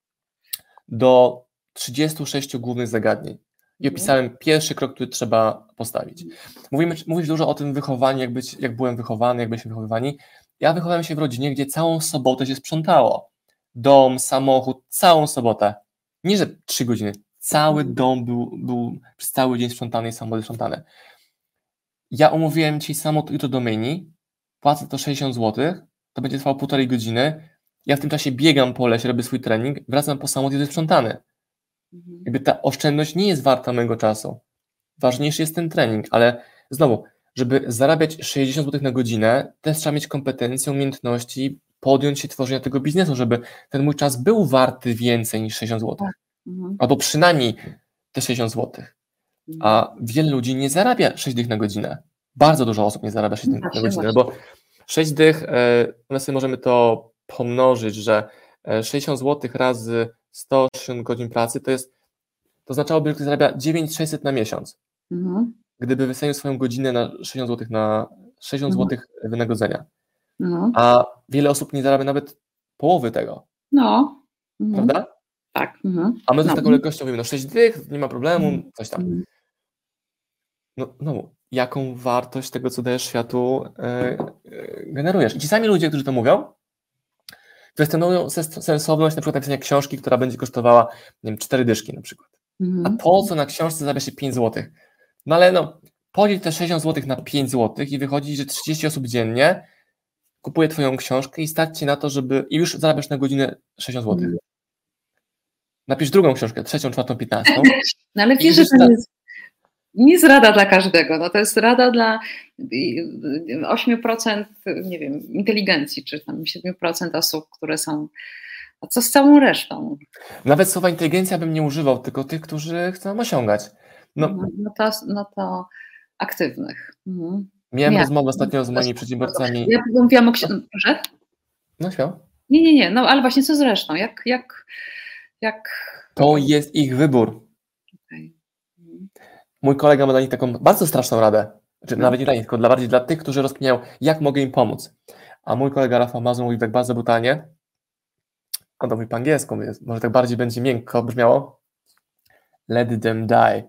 do trzydziestu sześciu głównych zagadnień. I opisałem pierwszy krok, który trzeba postawić. Mówimy, mówisz dużo o tym wychowaniu, jak, być, jak byłem wychowany, jak byliśmy wychowywani. Ja wychowałem się w rodzinie, gdzie całą sobotę się sprzątało. Dom, samochód, całą sobotę. Nie, że trzy godziny. Cały dom był, był przez cały dzień sprzątany i samochody sprzątane. Ja umówiłem ci samochód jutro do myjni, płacę to sześćdziesiąt złotych, to będzie trwało półtorej godziny. Ja w tym czasie biegam po lesie, robię swój trening, wracam po samochód i jest sprzątany. Jakby ta oszczędność nie jest warta mojego czasu. Ważniejszy jest ten trening, ale znowu, żeby zarabiać sześćdziesiąt złotych na godzinę, też trzeba mieć kompetencje, umiejętności, podjąć się tworzenia tego biznesu, żeby ten mój czas był warty więcej niż sześćdziesiąt złotych. Mhm. Albo przynajmniej te sześćdziesiąt złotych. A wiele ludzi nie zarabia sześć dych na godzinę. Bardzo dużo osób nie zarabia sześć dych na godzinę, bo sześć dych, my sobie możemy to pomnożyć, że sześćdziesiąt złotych razy sto sześćdziesiąt godzin pracy, to jest, to oznaczałoby, że ktoś zarabia dziewięć tysięcy sześćset na miesiąc. Mhm. Gdyby wycenił swoją godzinę na sześćdziesiąt złotych na sześćdziesiąt złotych wynagrodzenia. Mhm. A wiele osób nie zarabia nawet połowy tego. No. Mhm. Prawda? Tak. Mhm. A my z no. taką lekkością mówimy, no sześć dych, nie ma problemu, coś tam. Mhm. No, no, jaką wartość tego, co dajesz światu, yy, yy, generujesz? I ci sami ludzie, którzy to mówią, kwestionują sensowność na przykład napisania książki, która będzie kosztowała, nie wiem, cztery dyszki na przykład. Mm. A to, co na książce zarabia się pięć złotych. No ale no, podziel te sześćdziesiąt złotych na pięć złotych i wychodzi, że trzydzieści osób dziennie kupuje twoją książkę i stać cię na to, żeby... i już zarabiasz na godzinę sześćdziesiąt złotych. Mm. Napisz drugą książkę, trzecią, czwartą, piętnastą. No ale wiesz, że to nie jest, nie jest rada dla każdego. No to jest rada dla osiem procent, nie wiem, inteligencji, czy tam siedem procent osób, które są... A co z całą resztą? Nawet słowa inteligencja bym nie używał, tylko tych, którzy chcą osiągać. No, no, no, to, no to aktywnych. Mhm. Miałem ja. rozmowę ostatnio z moimi przedsiębiorcami. Ja mówiłam o książce. Proszę? No śmiało. Nie, nie, nie, no ale właśnie co z resztą? Jak, jak, jak... To jest ich wybór. Okay. Mhm. Mój kolega ma dla nich taką bardzo straszną radę. Znaczy, no. Nawet nie dla nich, tylko dla, bardziej dla tych, którzy rozkminiają, jak mogę im pomóc. A mój kolega Rafał Mazur mówi tak bardzo brutalnie, on to mówi po angielsku, więc może tak bardziej będzie miękko brzmiało. Let them die.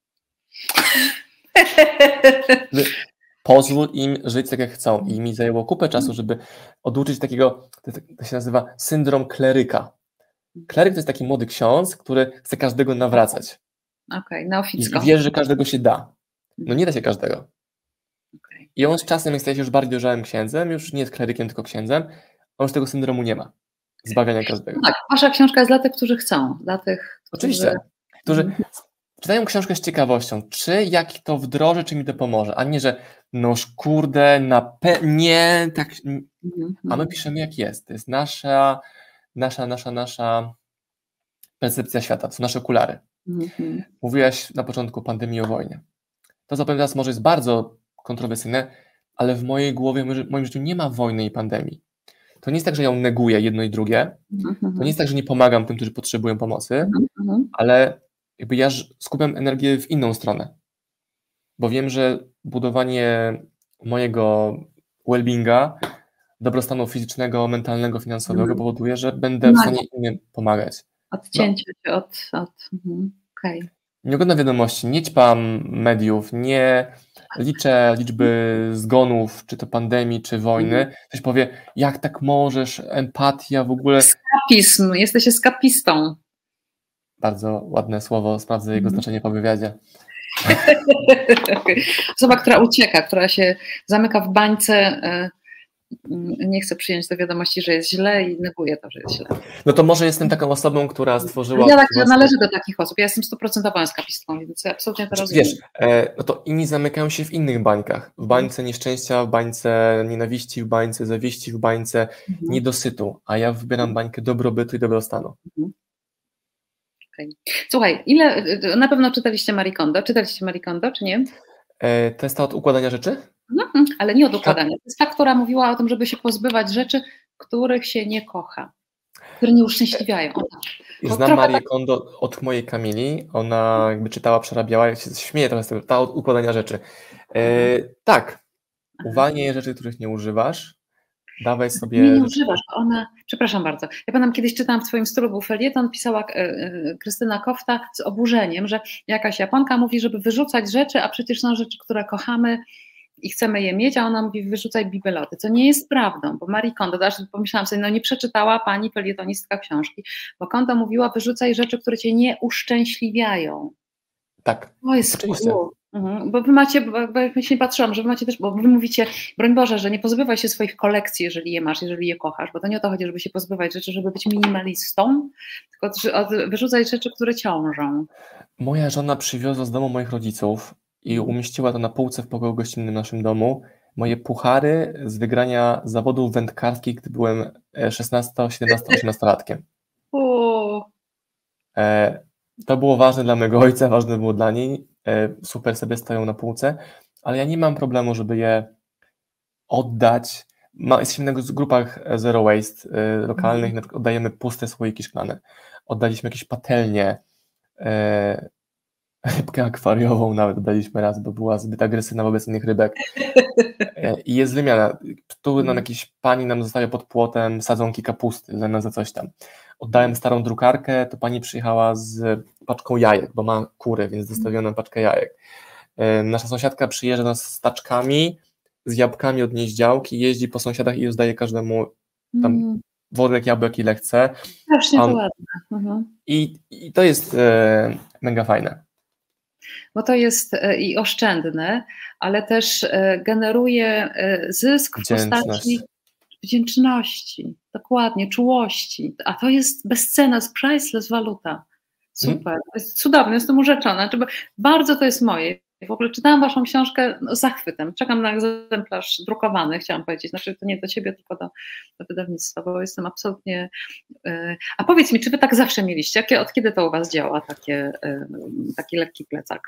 Pozwól im żyć tak, jak chcą. I mi zajęło kupę czasu, żeby oduczyć takiego, to się nazywa syndrom kleryka. Kleryk to jest taki młody ksiądz, który chce każdego nawracać. Okej, okay, neoficko. I wierzy, że każdego się da. No nie da się każdego. Okay. I on z czasem, jak staje się już bardziej dojrzałym księdzem, już nie jest klerykiem, tylko księdzem, on już tego syndromu nie ma. Zbawiania każdego. No tak, wasza książka jest dla tych, którzy chcą. Dla tych, którzy... Oczywiście. Którzy czytają książkę z ciekawością, czy jak to wdrożę, czy mi to pomoże, a nie, że noż kurde, na pe... nie, tak, a my piszemy jak jest. To jest nasza, nasza, nasza, nasza percepcja świata, to są nasze okulary. Mhm. Mówiłaś na początku pandemii o wojnie. To, co powiem teraz, może jest bardzo kontrowersyjne, ale w mojej głowie, w moim życiu nie ma wojny i pandemii. to nie jest tak, że ja neguję jedno i drugie, Mhm. to nie jest tak, że nie pomagam tym, którzy potrzebują pomocy, Mhm. ale jakby ja ż- skupiam energię w inną stronę, bo wiem, że budowanie mojego well-beinga, dobrostanu fizycznego, mentalnego, finansowego Mhm. powoduje, że będę w Pomaga. stanie innym pomagać. No, Odcięcie się od... od mhm. Okej. nie oglądam wiadomości, nie ćpam mediów, nie liczę liczby zgonów, czy to pandemii, czy wojny. Ktoś powie, jak tak możesz, empatia w ogóle. Eskapizm, jesteś eskapistą. Bardzo ładne słowo, sprawdzę jego Mhm. znaczenie po wywiadzie. Osoba, która ucieka, która się zamyka w bańce, e, nie chce przyjąć do wiadomości, że jest źle i neguje to, że jest źle. No to może jestem taką osobą, która stworzyła... Ja tak właśnie- należę do takich osób. Ja jestem stuprocentową eskapistką, więc ja absolutnie to rozumiem. Wiesz, e, no to inni zamykają się w innych bańkach. W bańce nieszczęścia, w bańce nienawiści, w bańce zawiści, w bańce Mhm. niedosytu, a ja wybieram bańkę dobrobytu i dobrostanu. Mhm. Okay. Słuchaj, ile, na pewno czytaliście Marie Kondo. Czytaliście Marie Kondo, czy nie? E, to jest ta od układania rzeczy? Mhm, ale nie od układania. To jest ta, która mówiła o tym, żeby się pozbywać rzeczy, których się nie kocha, które nie uszczęśliwiają. O, tak. Już Bo znam trochę Marię tak- Kondo od mojej Kamili. Ona jakby czytała, przerabiała, ja się śmieję trochę z tego, ta od układania rzeczy. E, tak, uwalnij rzeczy, których nie używasz, dawaj sobie... Nie, nie rzeczy- używasz. Ona, przepraszam bardzo. Ja pamiętam, kiedyś czytałam w swoim stylu, był felieton, pisała e, e, Krystyna Kofta z oburzeniem, że jakaś Japonka mówi, żeby wyrzucać rzeczy, a przecież są rzeczy, które kochamy i chcemy je mieć, a ona mówi, wyrzucaj bibeloty, co nie jest prawdą, bo Marie Kondo, aż pomyślałam sobie, no nie przeczytała pani felietonistka książki, bo Kondo mówiła, wyrzucaj rzeczy, które cię nie uszczęśliwiają. Tak, To jest oczywiście. cool. Mhm. Bo wy macie, bo, bo ja się nie patrzyłam, że wy macie też, bo wy mówicie, broń Boże, że nie pozbywaj się swoich kolekcji, jeżeli je masz, jeżeli je kochasz, bo to nie o to chodzi, żeby się pozbywać rzeczy, żeby być minimalistą, tylko że od, wyrzucać rzeczy, które ciążą. Moja żona przywiozła z domu moich rodziców i umieściła to na półce w pokoju gościnnym w naszym domu. Moje puchary z wygrania zawodów wędkarskich, gdy byłem szesnasto, siedemnasto, osiemnastolatkiem. O, E, to było ważne dla mojego ojca, ważne było dla niej. E, super sobie stoją na półce, ale ja nie mam problemu, żeby je oddać. Ma, jesteśmy w grupach Zero Waste e, lokalnych, na przykład oddajemy puste słoiki szklane. Oddaliśmy jakieś patelnie, e, rybkę akwariową nawet oddaliśmy raz, bo była zbyt agresywna wobec innych rybek. E, I jest wymiana. Tu nam jakiś pani nam zostawia pod płotem sadzonki kapusty w zamian za coś tam. Oddałem starą drukarkę, to pani przyjechała z paczką jajek, bo ma kury, więc zostawiła nam paczkę jajek. E, nasza sąsiadka przyjeżdża nas z taczkami, z jabłkami od nieździałki, jeździ po sąsiadach i rozdaje każdemu tam mm, worek jabłek ile chce. strasznie to Um, ładne. Mhm. I, i to jest e, mega fajne. Bo to jest e, i oszczędne, ale też e, generuje e, zysk w Wdzięczność. postaci wdzięczności, dokładnie, czułości, a to jest bezcenna, jest priceless waluta. Super, to jest cudowne, jestem urzeczona. Znaczy, bo bardzo to jest moje. W ogóle czytałam waszą książkę no, z zachwytem. Czekam na egzemplarz drukowany, chciałam powiedzieć. Znaczy, to nie do ciebie, tylko do, do wydawnictwa, bo jestem absolutnie... Yy. A powiedz mi, czy wy tak zawsze mieliście? Jakie, od kiedy to u was działa, takie, yy, taki lekki plecak?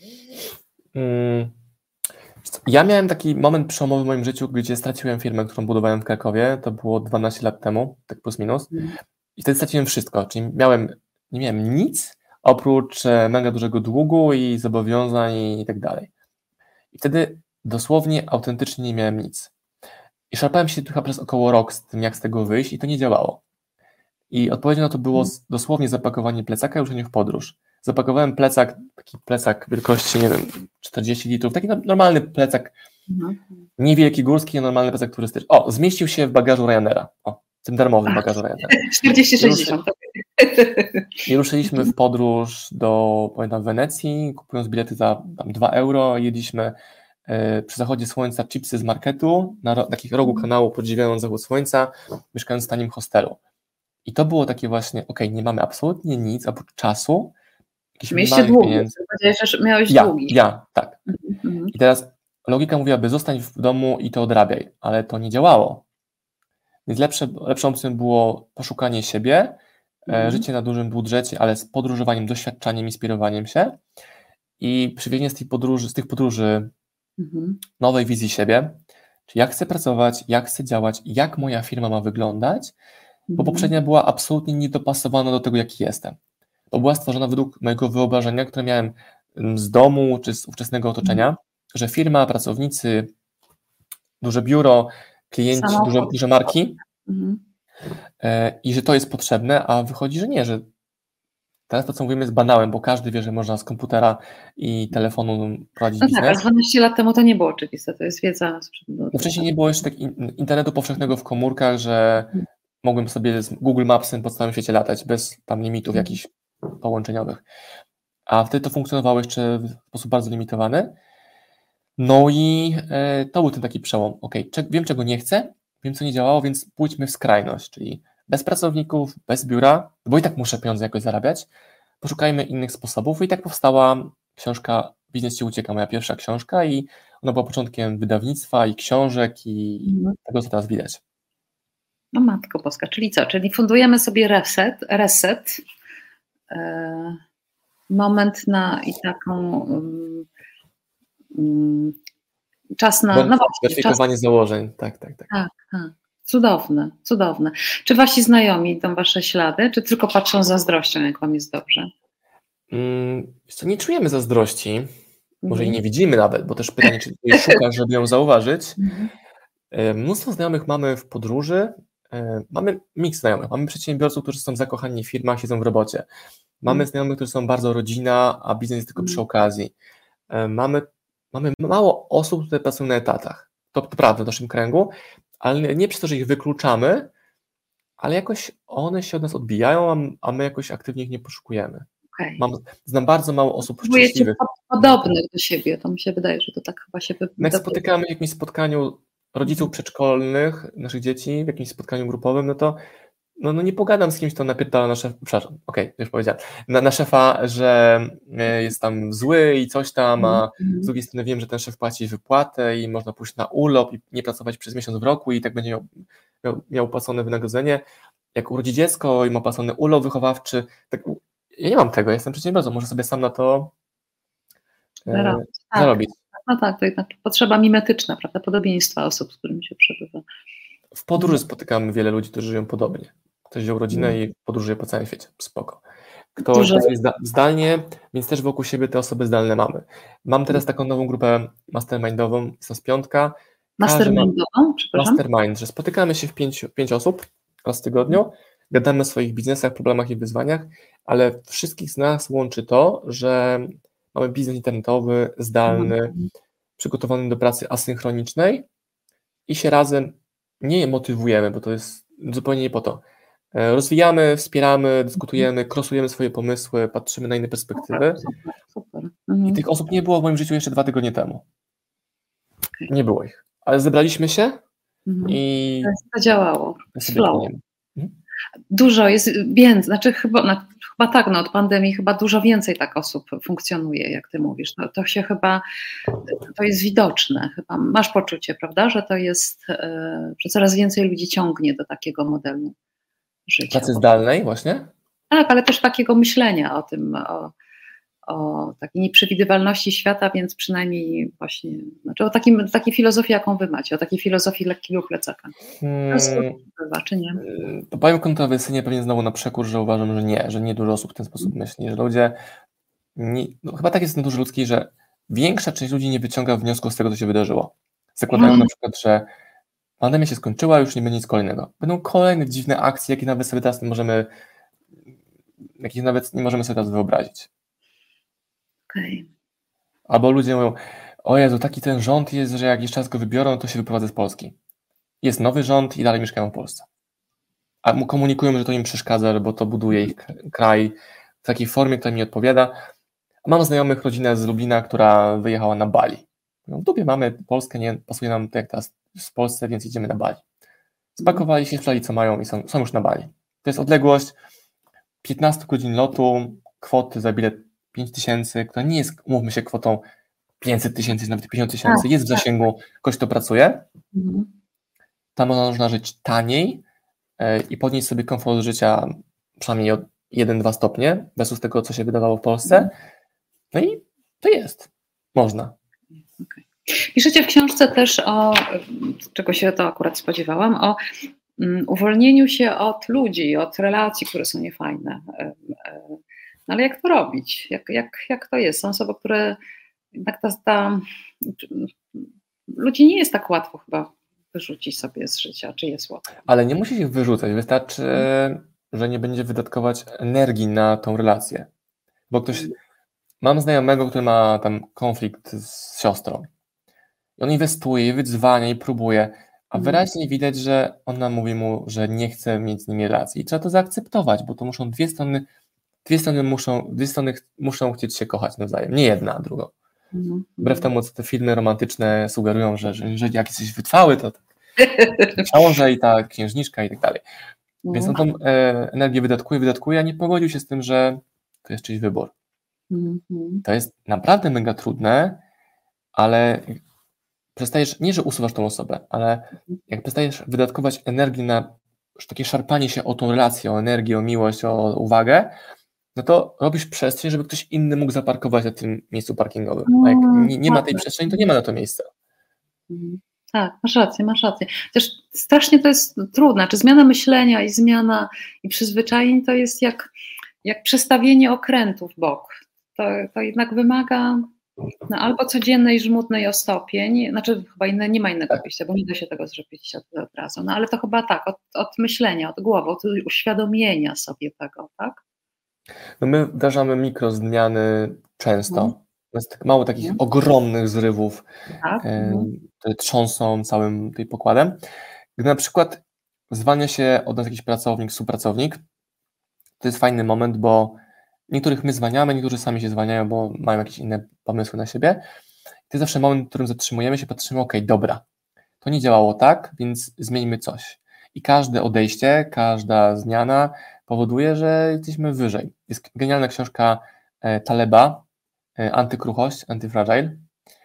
Hmm. Ja miałem taki moment przełomowy w moim życiu, gdzie straciłem firmę, którą budowałem w Krakowie. To było dwanaście lat temu, tak plus minus. I wtedy straciłem wszystko, czyli miałem, nie miałem nic, oprócz mega dużego długu i zobowiązań i tak dalej. I wtedy dosłownie, autentycznie nie miałem nic. I szarpałem się chyba przez około rok z tym, jak z tego wyjść i to nie działało. I odpowiedzią na to było dosłownie zapakowanie plecaka i ruszenie w podróż. Zapakowałem plecak, taki plecak wielkości, nie wiem, czterdzieści litrów, taki normalny plecak, mhm. niewielki górski, normalny plecak turystyczny. O, zmieścił się w bagażu Ryanaira. O, w tym darmowym bagażu Ryanaira. czterdzieści sześćdziesiąt. I ruszyliśmy w podróż do, pamiętam, Wenecji, kupując bilety za tam dwa euro, jedliśmy y, przy zachodzie słońca chipsy z marketu, na ro, takich rogu kanału, podziwiając zachód słońca, mieszkając w tanim hostelu. I to było takie właśnie, okej, okay, nie mamy absolutnie nic oprócz czasu, jakichś Mieliście długi, pieniędzy. że miałeś ja, długi. Ja, tak. Mhm. I teraz logika mówiłaby, zostań w domu i to odrabiaj, ale to nie działało. Więc lepsze, lepszą opcją było poszukanie siebie, mhm. życie na dużym budżecie, ale z podróżowaniem, doświadczaniem, inspirowaniem się i przywiezienie z tych podróży, z tych podróży mhm. nowej wizji siebie, Czyli jak chcę pracować, jak chcę działać, jak moja firma ma wyglądać, bo Mhm. poprzednia była absolutnie niedopasowana do tego, jaki jestem. Bo była stworzona według mojego wyobrażenia, które miałem mm, z domu czy z ówczesnego otoczenia, że firma, pracownicy, duże biuro, klienci, duże, Samochód. duże marki Mhm. e, i że to jest potrzebne, a wychodzi, że nie, że teraz to, co mówimy, jest banałem, bo każdy wie, że można z komputera i telefonu prowadzić No tak, a biznes. dwanaście lat temu to nie było oczywiste, to jest wiedza. No wcześniej nie było jeszcze tak in, internetu powszechnego w komórkach, że mogłem sobie z Google Mapsem po całym świecie latać bez tam limitów jakichś połączeniowych. A wtedy to funkcjonowało jeszcze w sposób bardzo limitowany. No i e, to był ten taki przełom. Ok, cze- wiem, czego nie chcę, wiem, co nie działało, więc pójdźmy w skrajność, czyli bez pracowników, bez biura, bo i tak muszę pieniądze jakoś zarabiać. Poszukajmy innych sposobów i tak powstała książka Biznes Ci ucieka, moja pierwsza książka i ona była początkiem wydawnictwa i książek i Mhm. tego, co teraz widać. No Matko Boska, czyli co? Czyli fundujemy sobie reset, reset e, moment na i taką um, um, czas na, no właśnie, Weryfikowanie czas, założeń, tak, tak, tak. tak, tak. Cudowne, cudowne. Czy wasi znajomi idą wasze ślady, czy tylko patrzą z zazdrością, jak wam jest dobrze? Hmm, co, nie czujemy zazdrości, może i Mhm. nie widzimy nawet, bo też pytanie, czy jej szukasz, żeby ją zauważyć. Mhm. Mnóstwo znajomych mamy w podróży, mamy miks znajomych, mamy przedsiębiorców, którzy są zakochani w firmach, siedzą w robocie. Mamy Mhm. znajomych, którzy są bardzo rodzina, a biznes jest tylko przy Mhm. okazji. Mamy, mamy mało osób, które pracują na etatach. To, to prawda w naszym kręgu, ale nie przez to, że ich wykluczamy, ale jakoś one się od nas odbijają, a, a my jakoś aktywnie ich nie poszukujemy. Okay. Mam, znam bardzo mało osób Próbujecie szczęśliwych. podobnych do siebie, to mi się wydaje, że to tak chyba się Jak wydaje. spotykamy w jakimś spotkaniu rodziców przedszkolnych, naszych dzieci, w jakimś spotkaniu grupowym, no to no, no nie pogadam z kimś, kto napierdala na szefa, przepraszam, okej, okay, już powiedziałem, na, na szefa, że jest tam zły i coś tam, a z drugiej strony wiem, że ten szef płaci wypłatę i można pójść na urlop i nie pracować przez miesiąc w roku i tak będzie miał, miał, miał płacone wynagrodzenie. Jak urodzi dziecko i ma płacony urlop wychowawczy, tak ja nie mam tego, ja jestem przedsiębiorcą, może sobie sam na to e, tak. zarobić. No tak, to jednak potrzeba mimetyczna, prawda, podobieństwa osób, z którymi się przebywa. W podróży spotykamy wiele ludzi, którzy żyją podobnie. Ktoś wziął rodzinę i podróżuje po całym świecie, spoko. Ktoś Dużo. pracuje zdalnie, więc też wokół siebie te osoby zdalne mamy. Mam teraz taką nową grupę mastermindową, jest nas piątka. Mastermindową, przepraszam? Mastermind, że spotykamy się w pięć, pięć osób raz w tygodniu, gadamy o swoich biznesach, problemach i wyzwaniach, ale wszystkich z nas łączy to, że mamy biznes internetowy, zdalny, mhm. przygotowany do pracy asynchronicznej i się razem nie motywujemy, bo to jest zupełnie nie po to. Rozwijamy, wspieramy, dyskutujemy, krosujemy swoje pomysły, patrzymy na inne perspektywy. Super, super. Mhm. I tych osób nie było w moim życiu jeszcze dwa tygodnie temu. Okay. Nie było ich. Ale zebraliśmy się mhm. i zadziałało. Flow. Mhm. Dużo jest więcej, znaczy chyba, no, chyba tak, no od pandemii chyba dużo więcej tak osób funkcjonuje, jak ty mówisz. No, to się chyba, to jest widoczne. Chyba masz poczucie, prawda, że to jest, że coraz więcej ludzi ciągnie do takiego modelu życia. Pracy zdalnej właśnie? Tak, ale też takiego myślenia o tym, o, o takiej nieprzewidywalności świata, więc przynajmniej właśnie, znaczy o takim, takiej filozofii, jaką wy macie, o takiej filozofii lekkiego plecaka. Hmm, bywa, czy nie? To powiem kontrowersyjnie, pewnie znowu na przekór, że uważam, że nie, że nie dużo osób w ten sposób myśli, że ludzie, nie, no chyba tak jest w naturze ludzkiej, że większa część ludzi nie wyciąga wniosków z tego, co się wydarzyło. Zakładają hmm. na przykład, że pandemia się skończyła, już nie będzie nic kolejnego. Będą kolejne dziwne akcje, jakie nawet sobie teraz nie możemy, jakich nawet nie możemy sobie teraz wyobrazić. Okay. Albo ludzie mówią, o Jezu, taki ten rząd jest, że jak jeszcze raz go wybiorą, to się wyprowadzę z Polski. Jest nowy rząd i dalej mieszkają w Polsce. A mu komunikują, że to im przeszkadza, bo to buduje ich kraj w takiej formie, która mi odpowiada. Mam znajomych, rodzinę z Lublina, która wyjechała na Bali. W dupie mamy Polskę, nie pasuje nam to jak teraz w Polsce, więc idziemy na Bali. Spakowali się, sprzedali co mają i są, są już na Bali. To jest odległość piętnaście godzin lotu, kwoty za bilet pięć tysięcy, która nie jest, umówmy się, kwotą pięćset tysięcy, nawet pięćdziesiąt tysięcy, jest w zasięgu kogoś, kto pracuje. Mhm. Tam można żyć taniej yy, i podnieść sobie komfort życia przynajmniej o jeden do dwóch stopnie, bez tego, co się wydawało w Polsce. No i to jest. Można. Okay. Piszecie w książce też o, czego się to akurat spodziewałam, o um, uwolnieniu się od ludzi, od relacji, które są niefajne. No ale jak to robić? Jak, jak, jak to jest? Są osoby, które jednak ta, ta, ludzi nie jest tak łatwo chyba wyrzucić sobie z życia, czy jest łatwo. Ale nie musi ich wyrzucać, wystarczy, że nie będzie wydatkować energii na tą relację. Bo ktoś, mam znajomego, który ma tam konflikt z siostrą. I on inwestuje, i wyzwania, i próbuje, a wyraźnie widać, że ona mówi mu, że nie chce mieć z nimi relacji. I trzeba to zaakceptować, bo to muszą dwie strony, dwie strony muszą, dwie strony muszą chcieć się kochać nawzajem, nie jedna, a drugą. Mm. Wbrew temu, co te filmy romantyczne sugerują, że, że, że jak jesteś wytrwały, to książę i ta księżniczka i tak dalej. Mm. Więc on tą e, energię wydatkuje, wydatkuje, a nie pogodził się z tym, że to jest czyjś wybór. Mm. To jest naprawdę mega trudne, ale przestajesz, nie że usuwasz tą osobę, ale jak przestajesz wydatkować energię na takie szarpanie się o tą relację, o energię, o miłość, o uwagę, no to robisz przestrzeń, żeby ktoś inny mógł zaparkować na tym miejscu parkingowym. A jak nie, nie ma tej przestrzeni, to nie ma na to miejsca. Tak, masz rację, masz rację. Też strasznie to jest trudne, czy zmiana myślenia i zmiana i przyzwyczajeń to jest jak, jak przestawienie okrętu w bok. To, to jednak wymaga no, albo codziennej, żmudnej o stopień, znaczy chyba inne, nie ma innego wyjścia, bo nie da się tego zrobić od, od razu, no ale to chyba tak, od, od myślenia, od głowy, od uświadomienia sobie tego, tak? No my wdrażamy mikrozmiany często. Hmm. Jest tak mało takich hmm. ogromnych zrywów, tak? e, które trząsą całym tym pokładem. Gdy na przykład zwalnia się od nas jakiś pracownik, współpracownik, to jest fajny moment, bo niektórych my zwalniamy, niektórzy sami się zwalniają, bo mają jakieś inne pomysły na siebie. To jest zawsze moment, w którym zatrzymujemy się, patrzymy, ok, dobra, to nie działało tak, więc zmieńmy coś. I każde odejście, każda zmiana powoduje, że jesteśmy wyżej. Jest genialna książka Taleba, Antykruchość, Antyfragile.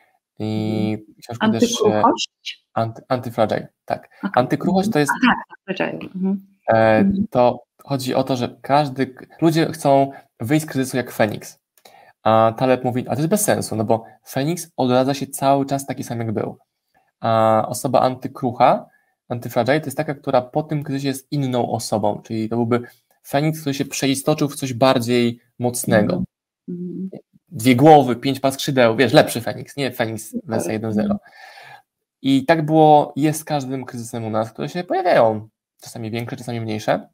I książka Antykruchość? też anty, Antyfragile, tak. Okay. Antykruchość to jest... A, tak, fragile. Mhm. To chodzi o to, że każdy... Ludzie chcą wyjść z kryzysu jak Feniks. A Taleb mówi, a to jest bez sensu, no bo Feniks odradza się cały czas taki sam, jak był. A osoba antykrucha, antyfragile, to jest taka, która po tym kryzysie jest inną osobą, czyli to byłby Feniks, który się przeistoczył w coś bardziej mocnego. Mm. Dwie głowy, pięć par skrzydeł, wiesz, lepszy Feniks, nie Feniks wersja jeden zero. I tak było, jest z każdym kryzysem u nas, które się pojawiają, czasami większe, czasami mniejsze,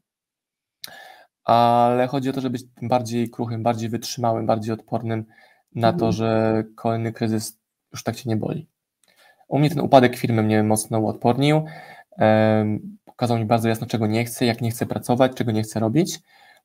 ale chodzi o to, żeby być bardziej kruchym, bardziej wytrzymałym, bardziej odpornym na mm. to, że kolejny kryzys już tak cię nie boli. U mnie ten upadek firmy mnie mocno uodpornił, um, pokazał mi bardzo jasno, czego nie chcę, jak nie chcę pracować, czego nie chcę robić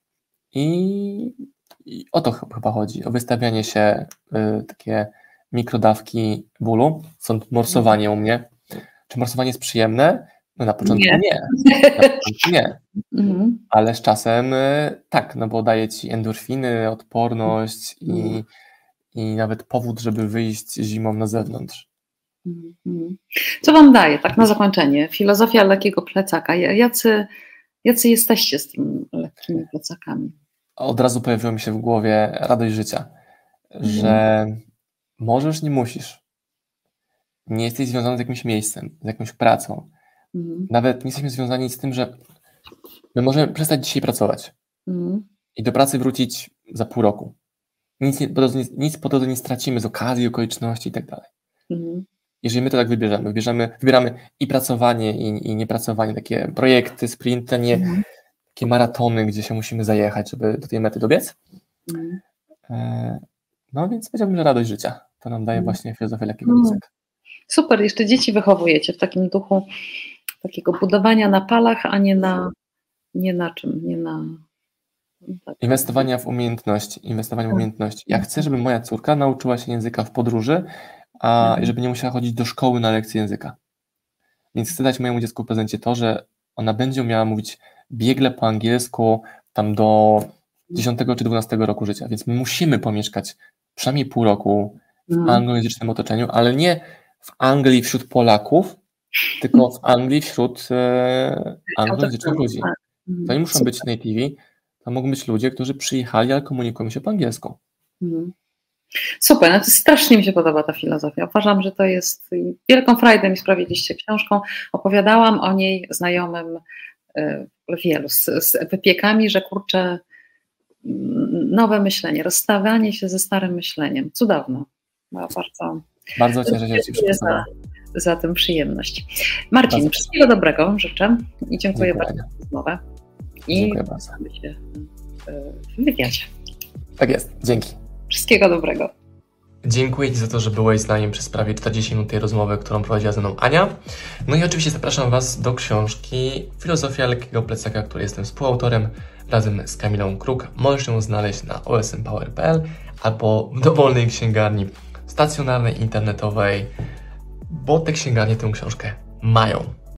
i, i o to chyba chodzi, o wystawianie się, y, takie mikrodawki bólu, stąd morsowanie u mnie. Czy morsowanie jest przyjemne? No na początku nie, nie. Na początku nie. Mhm. Ale z czasem y, tak, no bo daje ci endorfiny, odporność i, i nawet powód, żeby wyjść zimą na zewnątrz. Co wam daje, tak na zakończenie, filozofia lekkiego plecaka? Jacy, jacy jesteście z tymi lekkimi plecakami? Od razu pojawiło mi się w głowie radość życia, mhm. że możesz, nie musisz. Nie jesteś związany z jakimś miejscem, z jakąś pracą. Mhm. Nawet nie jesteśmy związani z tym, że my możemy przestać dzisiaj pracować mhm. i do pracy wrócić za pół roku. Nic, nie, nic po drodze nie stracimy z okazji, okoliczności i tak dalej. Mhm. Jeżeli my to tak wybierzemy, wybierzemy, wybieramy i pracowanie, i, i niepracowanie, takie projekty, sprinty, a nie mhm. takie maratony, gdzie się musimy zajechać, żeby do tej mety dobiec. Mhm. E, no więc powiedziałbym, że radość życia. To nam daje właśnie filozofia lekkiego plecaka. Super, jeszcze dzieci wychowujecie w takim duchu takiego budowania na palach, a nie na, nie na czym, nie na... Tak. Inwestowania w umiejętności, inwestowania w umiejętności. Ja chcę, żeby moja córka nauczyła się języka w podróży, a mhm. żeby nie musiała chodzić do szkoły na lekcje języka. Więc chcę dać mojemu dziecku w prezencie to, że ona będzie umiała mówić biegle po angielsku tam do dziesiątego czy dwunastego roku życia, więc my musimy pomieszkać przynajmniej pół roku w mhm. anglojęzycznym otoczeniu, ale nie w Anglii wśród Polaków, tylko w Anglii wśród e, anglojęzycznych ludzi. To nie muszą być nativi, to mogą być ludzie, którzy przyjechali, ale komunikują się po angielsku. Mhm. Super, no to strasznie mi się podoba ta filozofia. Uważam, że to jest wielką frajdę mi sprawiliście książką. Opowiadałam o niej znajomym wielu z, z wypiekami, że kurczę, nowe myślenie, rozstawanie się ze starym myśleniem. Cudowne. No, bardzo, bardzo cieszę się Ci za, za tę przyjemność. Marcin, bardzo wszystkiego dobrego życzę i dziękuję, dziękuję bardzo za rozmowę. I dziękuję bardzo. Się w wywiadzie. Tak jest, dzięki. Wszystkiego dobrego. Dziękuję Ci za to, że byłeś z nami przez prawie czterdzieści minut tej rozmowy, którą prowadziła ze mną Ania. No i oczywiście zapraszam Was do książki Filozofia lekkiego plecaka, której jestem współautorem razem z Kamilą Kruk. Możesz ją znaleźć na o s m power kropka p l albo w dowolnej księgarni stacjonarnej, internetowej, bo te księgarnie tę książkę mają.